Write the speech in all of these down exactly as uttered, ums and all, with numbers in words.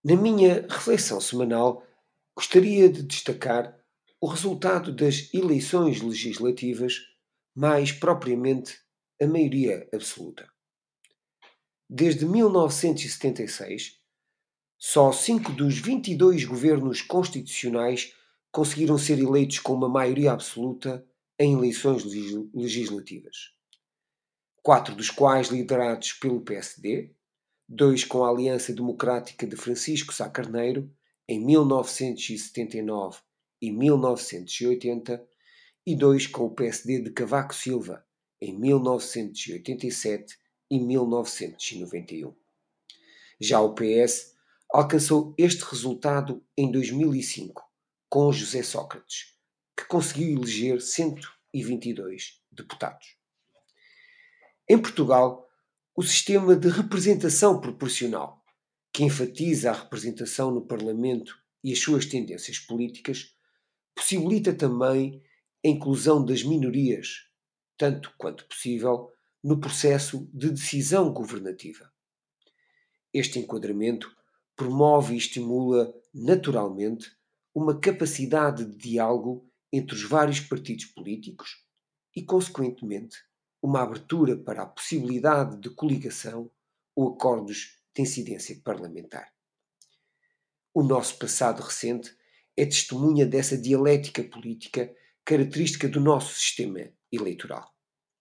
Na minha reflexão semanal, gostaria de destacar o resultado das eleições legislativas, mais propriamente a maioria absoluta. Desde mil novecentos e setenta e seis, só cinco dos vinte e dois governos constitucionais conseguiram ser eleitos com uma maioria absoluta em eleições legis- legislativas. Quatro dos quais liderados pelo P S D, dois com a Aliança Democrática de Francisco Sá Carneiro, em mil novecentos e setenta e nove e mil novecentos e oitenta, e dois com o P S D de Cavaco Silva, em mil novecentos e oitenta e sete e mil novecentos e noventa e um. Já o P S alcançou este resultado em dois mil e cinco, com José Sócrates, que conseguiu eleger cento e vinte e dois deputados. Em Portugal, o sistema de representação proporcional, que enfatiza a representação no Parlamento e as suas tendências políticas, possibilita também a inclusão das minorias, tanto quanto possível, no processo de decisão governativa. Este enquadramento promove e estimula, naturalmente, uma capacidade de diálogo entre os vários partidos políticos e, consequentemente, uma abertura para a possibilidade de coligação ou acordos de incidência parlamentar. O nosso passado recente é testemunha dessa dialética política característica do nosso sistema eleitoral.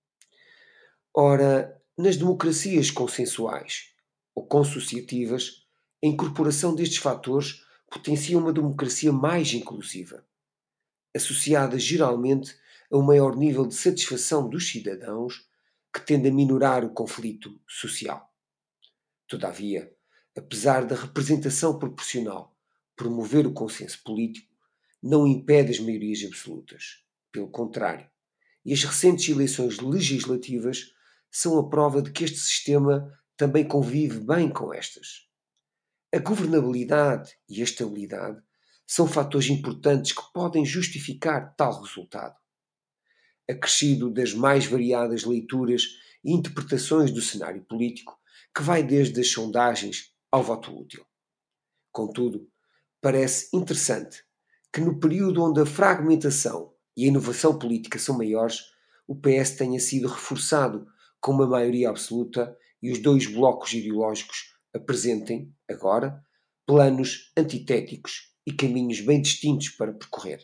Ora, nas democracias consensuais ou consociativas, a incorporação destes fatores potencia uma democracia mais inclusiva, associada geralmente a um maior nível de satisfação dos cidadãos, que tende a minorar o conflito social. Todavia, apesar da representação proporcional promover o consenso político, não impede as maiorias absolutas. Pelo contrário, e as recentes eleições legislativas são a prova de que este sistema também convive bem com estas. A governabilidade e a estabilidade são fatores importantes que podem justificar tal resultado. Acrescido das mais variadas leituras e interpretações do cenário político, que vai desde as sondagens ao voto útil. Contudo, parece interessante que no período onde a fragmentação e a inovação política são maiores, o P S tenha sido reforçado com uma maioria absoluta e os dois blocos ideológicos apresentem, agora, planos antitéticos e caminhos bem distintos para percorrer.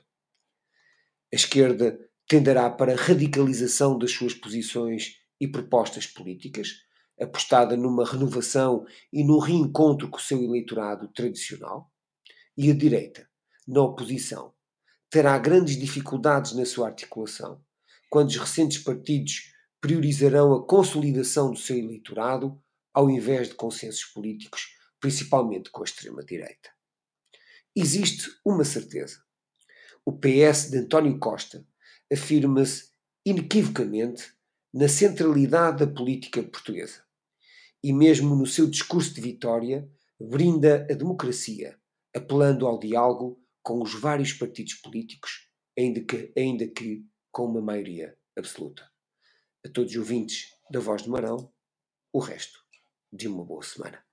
A esquerda tenderá para a radicalização das suas posições e propostas políticas, apostada numa renovação e num reencontro com o seu eleitorado tradicional, e a direita, na oposição, terá grandes dificuldades na sua articulação, quando os recentes partidos priorizarão a consolidação do seu eleitorado ao invés de consensos políticos, principalmente com a extrema-direita. Existe uma certeza. O P S de António Costa afirma-se inequivocamente na centralidade da política portuguesa e, mesmo no seu discurso de vitória, brinda a democracia, apelando ao diálogo com os vários partidos políticos, ainda que, ainda que com uma maioria absoluta. A todos os ouvintes da Voz do Marão, o resto de uma boa semana.